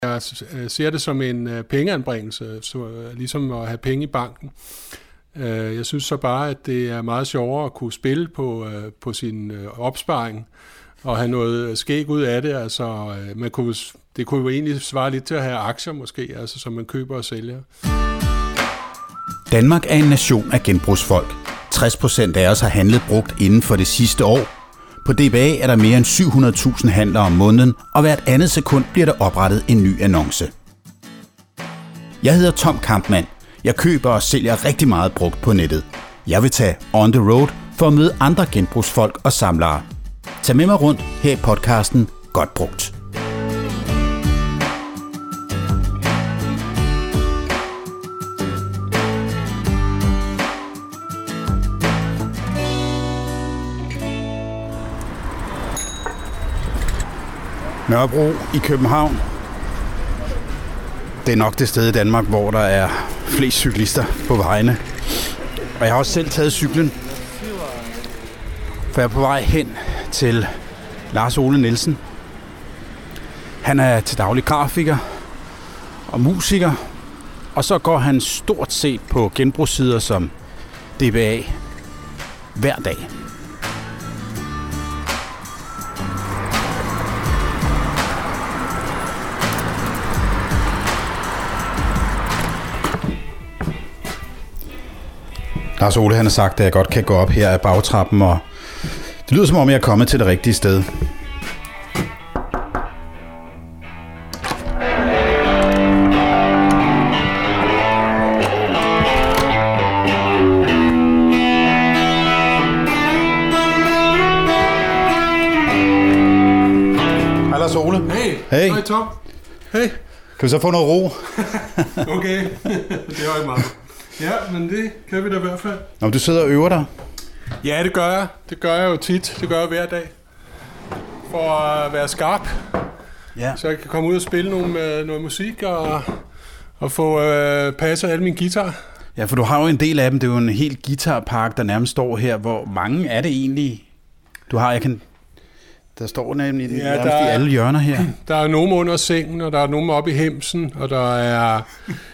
Jeg ser det som en pengeanbringelse, ligesom at have penge i banken. Jeg synes så bare, at det er meget sjovere at kunne spille på sin opsparing og have noget skæg ud af det. Altså, det kunne jo egentlig svare lidt til at have aktier måske, altså, som man køber og sælger. Danmark er en nation af genbrugsfolk. 60% af os har handlet brugt inden for det sidste år. På DBA er der mere end 700.000 handler om måneden, og hvert andet sekund bliver der oprettet en ny annonce. Jeg hedder Tom Kampmann. Jeg køber og sælger rigtig meget brugt på nettet. Jeg vil tage on the road for at møde andre genbrugsfolk og samlere. Tag med mig rundt her i podcasten Godt Brugt. Nørrebro i København. Det er nok det sted i Danmark, hvor der er flest cyklister på vejene. Og jeg har også selv taget cyklen, for jeg er på vej hen til Lars Ole Nielsen. Han er til daglig grafiker og musiker, og så går han stort set på genbrugssider som DBA hver dag. Lars Ole, han har sagt, at jeg godt kan gå op her ad bagtrappen, og det lyder som om, jeg er kommet til det rigtige sted. Hej Lars Ole. Hey. Hey. Hej Tom. Hey. Kan vi så få noget ro? Okay, det var ikke meget. Ja, men det kan vi da i hvert fald. Nå, du sidder og øver dig. Ja, det gør jeg. Det gør jeg jo tit. Det gør jeg hver dag. For at være skarp. Ja. Så jeg kan komme ud og spille noget musik og få passet alle mine guitar. Ja, for du har jo en del af dem. Det er jo en helt guitarpark, der nærmest står her. Hvor mange er det egentlig, du har? Der står nemlig nærmest i alle hjørner her. Der er nogen under sengen, og der er nogen oppe i hemsen, og der er...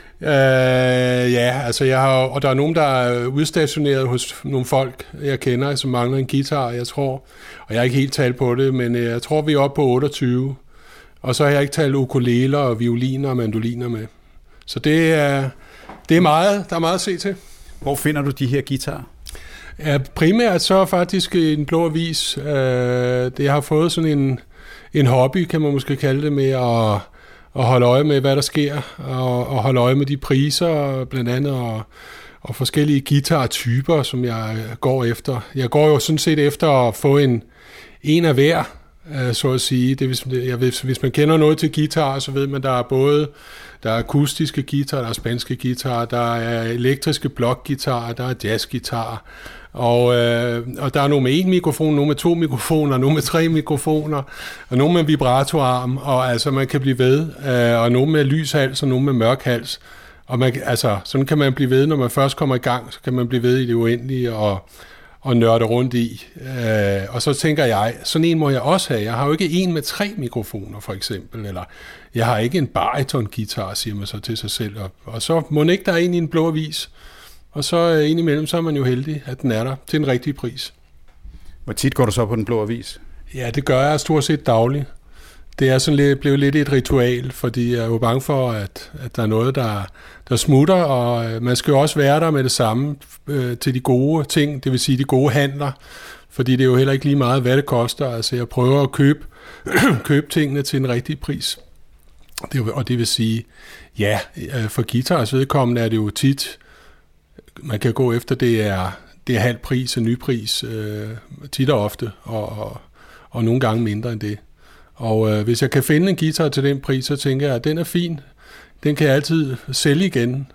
og der er nogen, der er udstationeret hos nogle folk, jeg kender, som mangler en guitar, jeg tror. Og jeg har ikke helt talt på det, men jeg tror, vi er oppe på 28. Og så har jeg ikke talt ukuleler og violiner og mandoliner med. Så det er meget, der er meget at se til. Hvor finder du de her guitarer? Ja, primært så faktisk en blå avis. Det har fået sådan en hobby, kan man måske kalde det, med at holde øje med, hvad der sker, og holde øje med de priser, blandt andet, og forskellige guitartyper, som jeg går efter. Jeg går jo sådan set efter at få en af hver, så at sige. Hvis man kender noget til guitar, så ved man, der er akustiske guitar, der er spanske guitar, der er elektriske blokguitar, der er jazzguitar, og der er nogle med en mikrofon, nogle med 2 mikrofoner, nogle med 3 mikrofoner, og nogle med vibratorarm, og altså man kan blive ved, og nogle med lys hals, og nogle med mørk hals. Og sådan kan man blive ved, når man først kommer i gang, så kan man blive ved i det uendelige og nørde rundt i. Og så tænker jeg, sådan en må jeg også have. Jeg har jo ikke en med 3 mikrofoner, for eksempel, eller jeg har ikke en bariton-guitar, siger man så til sig selv. Og så må ikke der er en i en blå avis. Og så indimellem, så er man jo heldig, at den er der til en rigtig pris. Hvor tit går du så på den blå avis? Ja, det gør jeg stort set dagligt. Det er sådan blevet lidt et ritual, fordi jeg er jo bange for, at der er noget, der smutter, og man skal jo også være der med det samme til de gode ting, det vil sige de gode handler, fordi det er jo heller ikke lige meget, hvad det koster. Altså jeg prøver at købe tingene til en rigtig pris. Og det vil sige, ja, for guitars vedkommende er det jo tit, man kan gå efter, det er halv pris og ny pris, tit og ofte, og nogle gange mindre end det. Og hvis jeg kan finde en guitar til den pris, så tænker jeg, at den er fin. Den kan jeg altid sælge igen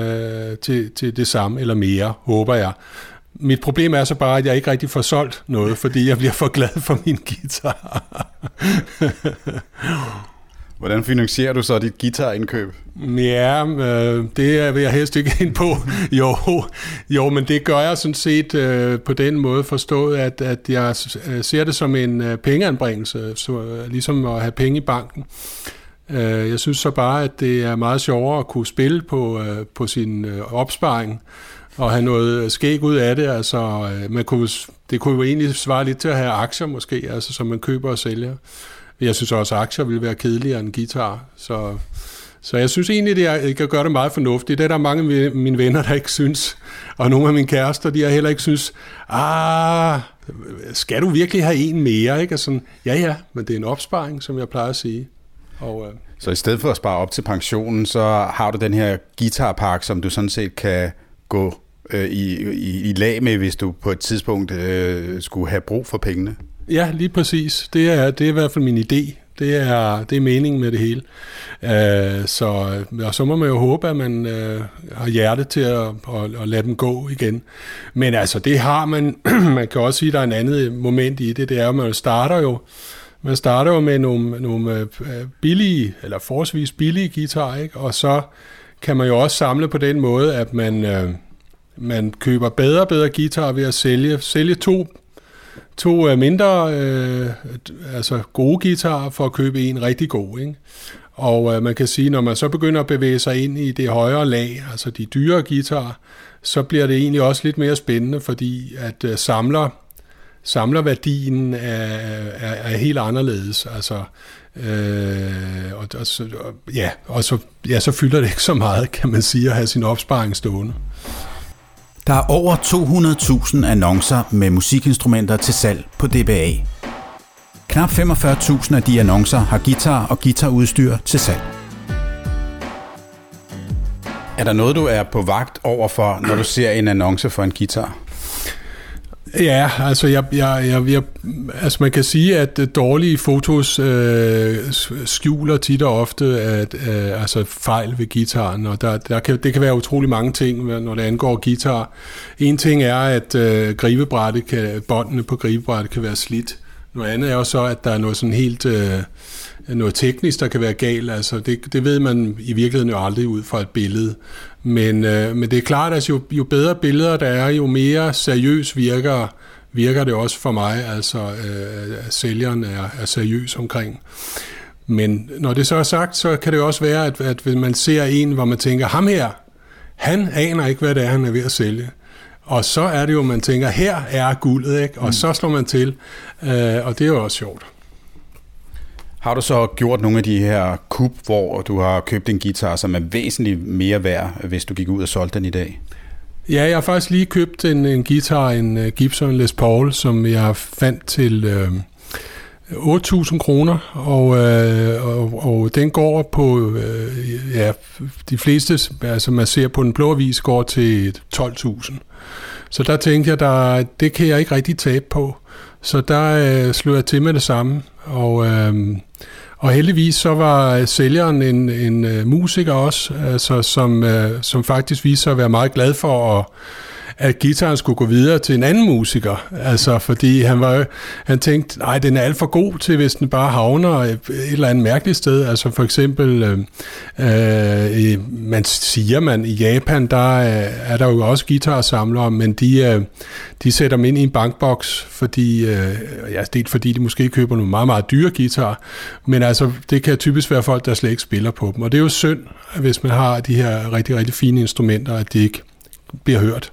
til det samme eller mere, håber jeg. Mit problem er så bare, at jeg ikke rigtig får solgt noget, fordi jeg bliver for glad for min guitar. Hvordan finansierer du så dit guitarindkøb? Ja, det vil jeg helst ikke ind på. Jo, men det gør jeg sådan set på den måde forstået, at jeg ser det som en pengeanbringelse, ligesom at have penge i banken. Jeg synes så bare, at det er meget sjovere at kunne spille på sin opsparing, og have noget skæg ud af det. Altså, det kunne jo egentlig svare lidt til at have aktier måske, altså, som man køber og sælger. Jeg synes også, at aktier ville være kedeligere end guitar. Så jeg synes egentlig, at jeg kan gøre det meget fornuftigt. Det er der mange af mine venner, der ikke synes, og nogle af mine kærester, de har heller ikke synes, skal du virkelig have en mere? Ikke? Sådan, ja, men det er en opsparing, som jeg plejer at sige. Så i stedet for at spare op til pensionen, så har du den her guitarpark, som du sådan set kan gå i lag med, hvis du på et tidspunkt skulle have brug for pengene? Ja, lige præcis. Det er i hvert fald min idé. Det er meningen med det hele. Så må man jo håbe, at man har hjerte til at lade dem gå igen. Men altså, det har man. Man kan også sige, at der er en andet moment i det. Det er jo, man starter jo med nogle billige, eller forholdsvis billige guitarer, ikke? Og så kan man jo også samle på den måde, at man køber bedre og bedre guitarer ved at sælge to mindre altså gode guitarer for at købe en rigtig god, ikke? Og man kan sige, når man så begynder at bevæge sig ind i det højere lag, altså de dyre guitarer, så bliver det egentlig også lidt mere spændende, fordi at samlerværdien er helt anderledes. Altså, så fylder det ikke så meget, kan man sige, at have sin opsparing stående. Der er over 200.000 annoncer med musikinstrumenter til salg på DBA. Knap 45.000 af de annoncer har guitar og guitarudstyr til salg. Er der noget, du er på vagt overfor, når du ser en annonce for en guitar? Ja, altså, altså man kan sige, at dårlige fotos skjuler tit og ofte altså fejl ved guitaren, og det kan være utrolig mange ting, når det angår guitar. En ting er, at båndene på gribebrættet kan være slidt. Noget andet er jo så, at der er noget sådan helt noget teknisk, der kan være galt. Altså det ved man i virkeligheden jo aldrig ud fra et billede. Men det er klart, at jo bedre billeder der er, jo mere seriøs virker det også for mig. Altså at sælgeren er seriøs omkring. Men når det så er sagt, så kan det jo også være, at hvis man ser en, hvor man tænker, ham her, han aner ikke, hvad det er, han er ved at sælge. Og så er det jo, man tænker, her er guldet, ikke? Og så slår man til, og det er jo også sjovt. Har du så gjort nogle af de her kup, hvor du har købt en guitar, som er væsentligt mere værd, hvis du gik ud og solgte den i dag? Ja, jeg har faktisk lige købt en guitar, en Gibson Les Paul, som jeg fandt til 8.000 kroner, og den går på, de fleste, altså man ser på den blå avis, går til 12.000. Så der tænkte jeg, det kan jeg ikke rigtig tabe på. Så der slog jeg til med det samme, og heldigvis så var sælgeren en musiker også, altså, som faktisk viste sig at være meget glad for at guitaren skulle gå videre til en anden musiker, altså fordi han tænkte, nej, den er alt for god til, hvis den bare havner et eller andet mærkeligt sted. Altså for eksempel, man i Japan, der er der jo også guitarsamlere, men de sætter dem ind i en bankboks, fordi fordi de måske køber nogle meget, meget dyre guitar, men altså det kan typisk være folk, der slet ikke spiller på dem, og det er jo synd, hvis man har de her rigtig, rigtig fine instrumenter, at de ikke bliver hørt.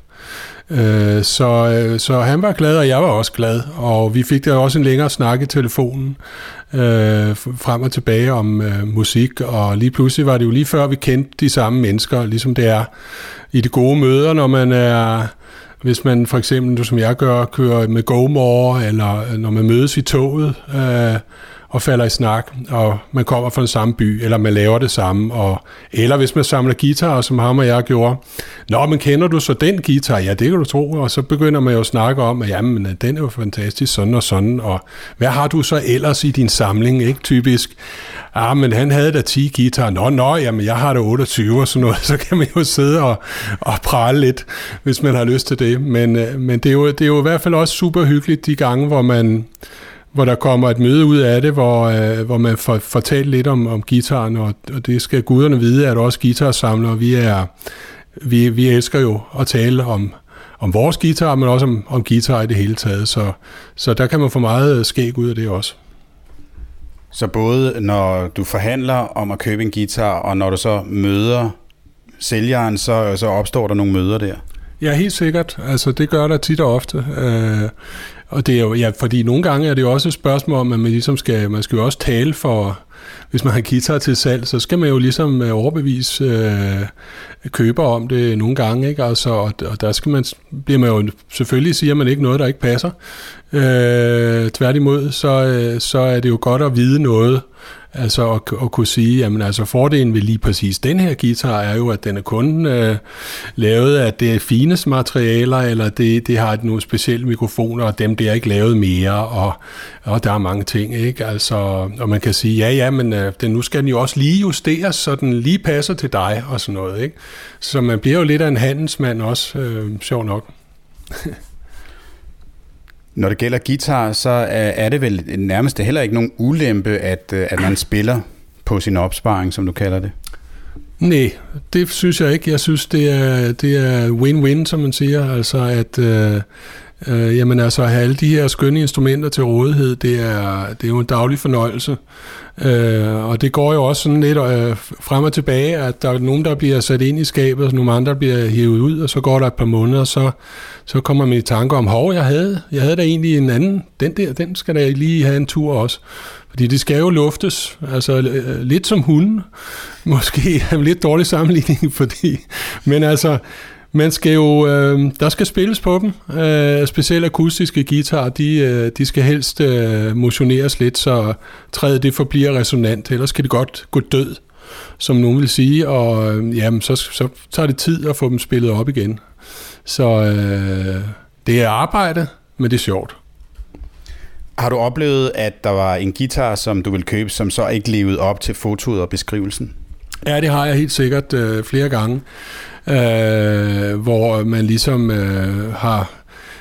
Så han var glad, og jeg var også glad, og vi fik der også en længere snak i telefonen frem og tilbage om musik, og lige pludselig var det jo lige før vi kendte de samme mennesker, ligesom det er i de gode møder, når man hvis man for eksempel, som jeg gør, kører med GoMore, eller når man mødes i toget og falder i snak, og man kommer fra den samme by, eller man laver det samme, eller hvis man samler guitarer, som ham og jeg gjorde. Nå, men kender du så den guitar? Ja, det kan du tro, og så begynder man jo at snakke om, at jamen, den er jo fantastisk, sådan og sådan, og hvad har du så ellers i din samling, ikke typisk? Ah, men han havde da 10 guitarer. Jamen, jeg har da 28 og sådan noget, så kan man jo sidde og prale lidt, hvis man har lyst til det. Men det er jo i hvert fald også super hyggeligt de gange, hvor der kommer et møde ud af det, hvor man får fortalt lidt om guitaren, og det skal guderne vide, at også guitarsamlere, vi elsker jo at tale om vores guitar, men også om guitar i det hele taget, så der kan man få meget skæg ud af det også. Så både når du forhandler om at købe en guitar, og når du så møder sælgeren, så opstår der nogle møder der? Ja, helt sikkert. Altså, det gør der tit og ofte. Og det er jo, ja, fordi nogle gange er det jo også et spørgsmål om, at man skal jo også tale for, hvis man har guitar til salg, så skal man jo ligesom overbevise køber om det nogle gange, ikke? Altså, og der bliver man jo, selvfølgelig siger man ikke noget, der ikke passer. Tværtimod, så er det jo godt at vide noget, altså at kunne sige, jamen altså fordelen ved lige præcis den her guitar er jo, at den er kun lavet af det fineste materialer, eller det har nogle specielle mikrofoner, og dem der er ikke lavet mere, og der er mange ting, ikke? Altså, og man kan sige, men nu skal den jo også lige justeres, så den lige passer til dig, og sådan noget, ikke? Så man bliver jo lidt af en handelsmand også, sjov nok. Når det gælder guitar, så er det vel nærmest heller ikke nogen ulempe, at man spiller på sin opsparing, som du kalder det? Nej, det synes jeg ikke. Jeg synes, det er win-win, som man siger. Altså, at at have alle de her skønne instrumenter til rådighed, det er jo en daglig fornøjelse. Og det går jo også sådan lidt frem og tilbage, at der er nogen, der bliver sat ind i skabet, og nogle andre bliver hævet ud, og så går der et par måneder, så kommer man i tanke om, jeg havde da egentlig en anden, den skal da lige have en tur også. Fordi det skal jo luftes, altså lidt som hunden, måske en lidt dårlig sammenligning, men altså, man skal jo, der skal spilles på dem, specielt akustiske guitarer, de skal helst motioneres lidt, så træet det forbliver resonant, ellers kan det godt gå død, som nogen vil sige, og så tager det tid at få dem spillet op igen. Så det er arbejde, men det er sjovt. Har du oplevet, at der var en guitar, som du ville købe, som så ikke levede op til fotoet og beskrivelsen? Ja, det har jeg helt sikkert flere gange, hvor man ligesom har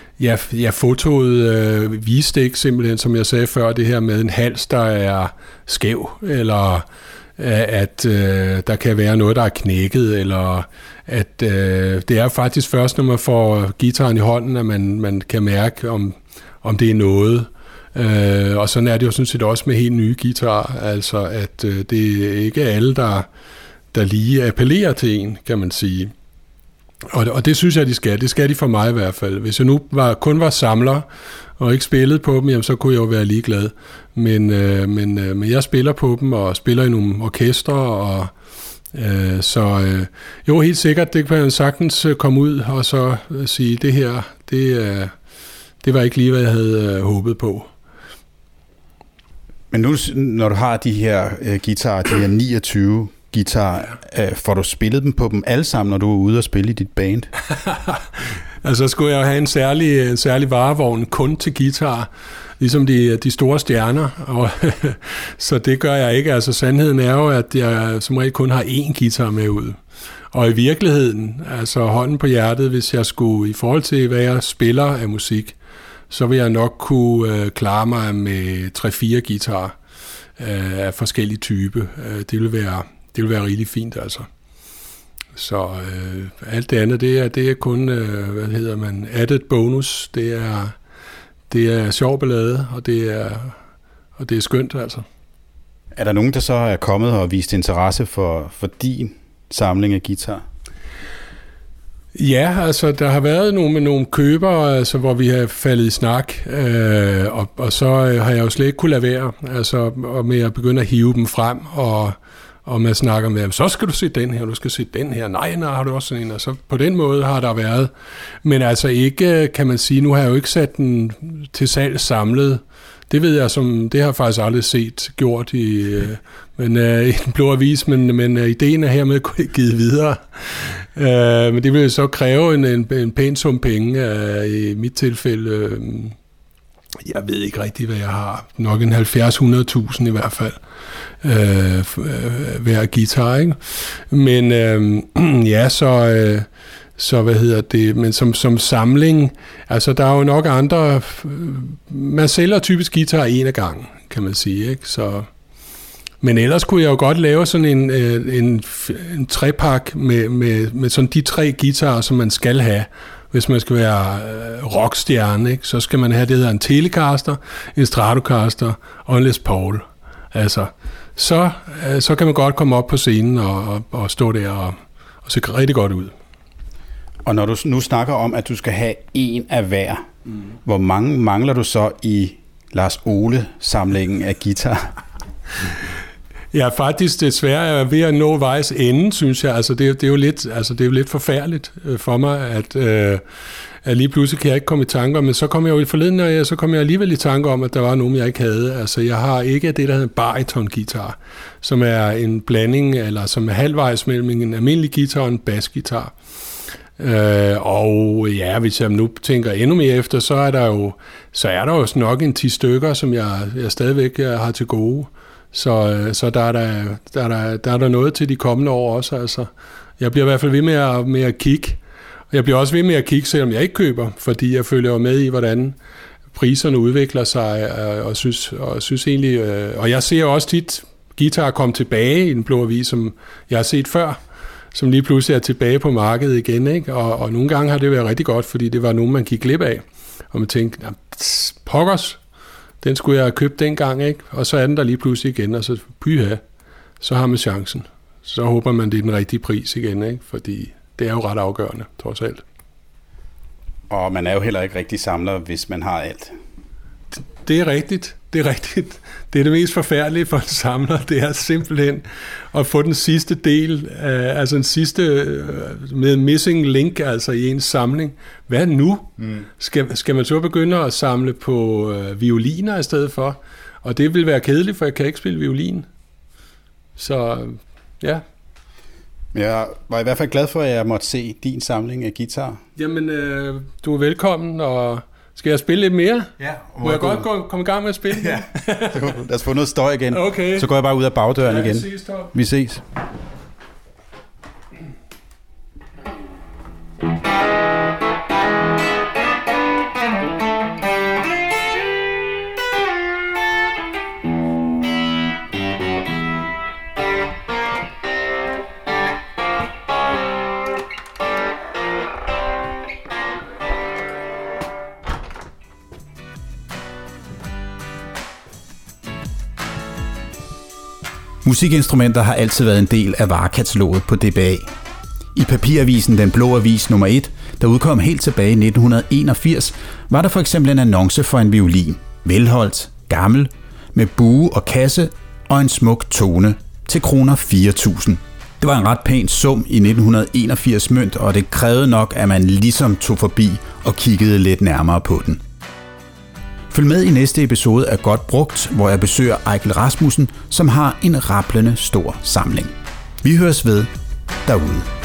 fotoet vist ikke simpelthen, som jeg sagde før, det her med en hals, der er skæv, eller at der kan være noget, der er knækket, eller at det er faktisk først, når man får guitaren i hånden, at man kan mærke, om det er noget. Og sådan er det jo sådan set også med helt nye guitarer, altså at det er ikke alle, der lige appellerer til en, kan man sige. Og det synes jeg, de skal. Det skal de for mig i hvert fald. Hvis jeg nu kun var samler og ikke spillede på dem, jamen, så kunne jeg jo være ligeglad. Men jeg spiller på dem og spiller i nogle orkestre, og jo, helt sikkert, det kan man sagtens komme ud og så sige, det her, det var ikke lige, hvad jeg havde håbet på. Men nu, når du har de her guitarer, de her 29 guitarer, får du spillet dem på dem alle sammen, når du er ude og spille i dit band? Altså skulle jeg jo have en særlig varevogn kun til guitar, ligesom de store stjerner, og så det gør jeg ikke. Altså sandheden er jo, at jeg som regel kun har én guitar med ud. Og i virkeligheden, altså hånden på hjertet, hvis jeg skulle, i forhold til hvad jeg spiller af musik, så vil jeg nok kunne klare mig med 3-4 guitarer af forskellige type. Det vil være rigtig fint, altså. Så alt det andet, det er kun, added bonus. Det er sjov ballade, og det er skønt, altså. Er der nogen, der så er kommet og vist interesse for din samling af guitar? Ja, altså der har været nogle købere, altså, hvor vi har faldet i snak, og så har jeg jo slet ikke kunne lade være, altså med at begynde at hive dem frem, og man snakker med, så skal du se den her, du skal se den her, nej, har du også sådan en, og så på den måde har der været, men altså ikke, kan man sige, nu har jeg jo ikke sat den til salg samlet. Det ved jeg, det har jeg faktisk aldrig set gjort i den blå avis, men ideen er hermed givet videre. Men det vil så kræve en pæn sum penge. I mit tilfælde, jeg ved ikke rigtig, hvad jeg har. Nok en 70-100.000 i hvert fald. Hver guitar, ikke? Men så men som samling, altså der er jo nok andre, man sælger typisk guitar en af gangen, kan man sige, ikke? Så, men ellers kunne jeg jo godt lave sådan en trepak med sådan de 3 guitarer, som man skal have, hvis man skal være rockstjerne, ikke? Så skal man have det, der hedder en Telecaster, en Stratocaster og en Les Paul. Altså, så kan man godt komme op på scenen og stå der og se rigtig godt ud. Og når du nu snakker om, at du skal have en af hver, hvor mange mangler du så i Lars Ole-samlingen af guitar? Ja, faktisk desværre ved at nå vejs ende, synes jeg. Altså, det er jo lidt forfærdeligt for mig, at lige pludselig kan jeg ikke komme i tanker, men så kom jeg jo i forleden, så kom jeg alligevel i tanker om, at der var nogen, jeg ikke havde. Altså, jeg har ikke det, der hedder bariton-guitar, som er en blanding, eller som er halvvejs mellem en almindelig guitar og en basguitar. Og ja, hvis jeg nu tænker endnu mere efter, så er der jo nok en 10 stykker, som jeg stadigvæk har til gode. Så der er der noget til de kommende år også. Altså, jeg bliver i hvert fald ved med at kigge. Og jeg bliver også ved med at kigge, selvom jeg ikke køber, fordi jeg følger med i, hvordan priserne udvikler sig, og synes egentlig... Og jeg ser også tit guitar komme tilbage i Den Blå Avis, som jeg har set før, som lige pludselig er tilbage på markedet igen, ikke? Og nogle gange har det været rigtig godt, fordi det var nogen, man gik glip af. Og man tænkte, pokkers, den skulle jeg have købt dengang, ikke? Og så er den der lige pludselig igen, og så pyha, så har man chancen. Så håber man, det er den rigtige pris igen, ikke? Fordi det er jo ret afgørende, trods alt. Og man er jo heller ikke rigtig samler, hvis man har alt. Det er rigtigt. Det er det mest forfærdelige for en samler. Det er simpelthen at få den sidste del, altså en sidste med missing link, altså i ens samling. Hvad nu? Skal man så begynde at samle på violiner i stedet for? Og det vil være kedeligt, for jeg kan ikke spille violin. Så ja. Jeg var i hvert fald glad for, at jeg måtte se din samling af guitar. Jamen, du er velkommen, og skal jeg spille lidt mere? Ja. Må jeg godt komme i gang med at spille? Ja. Lad os få noget støj igen. Okay. Så går jeg bare ud af bagdøren igen. Vi ses. Musikinstrumenter har altid været en del af varekataloget på DBA. I papiravisen Den Blå Avis nummer 1, der udkom helt tilbage i 1981, var der for eksempel en annonce for en violin. Velholdt, gammel, med bue og kasse og en smuk tone til kroner 4.000. Det var en ret pæn sum i 1981 mønt, og det krævede nok, at man ligesom tog forbi og kiggede lidt nærmere på den. Følg med i næste episode af Godt Brugt, hvor jeg besøger Ejkel Rasmussen, som har en rablende stor samling. Vi høres ved derude.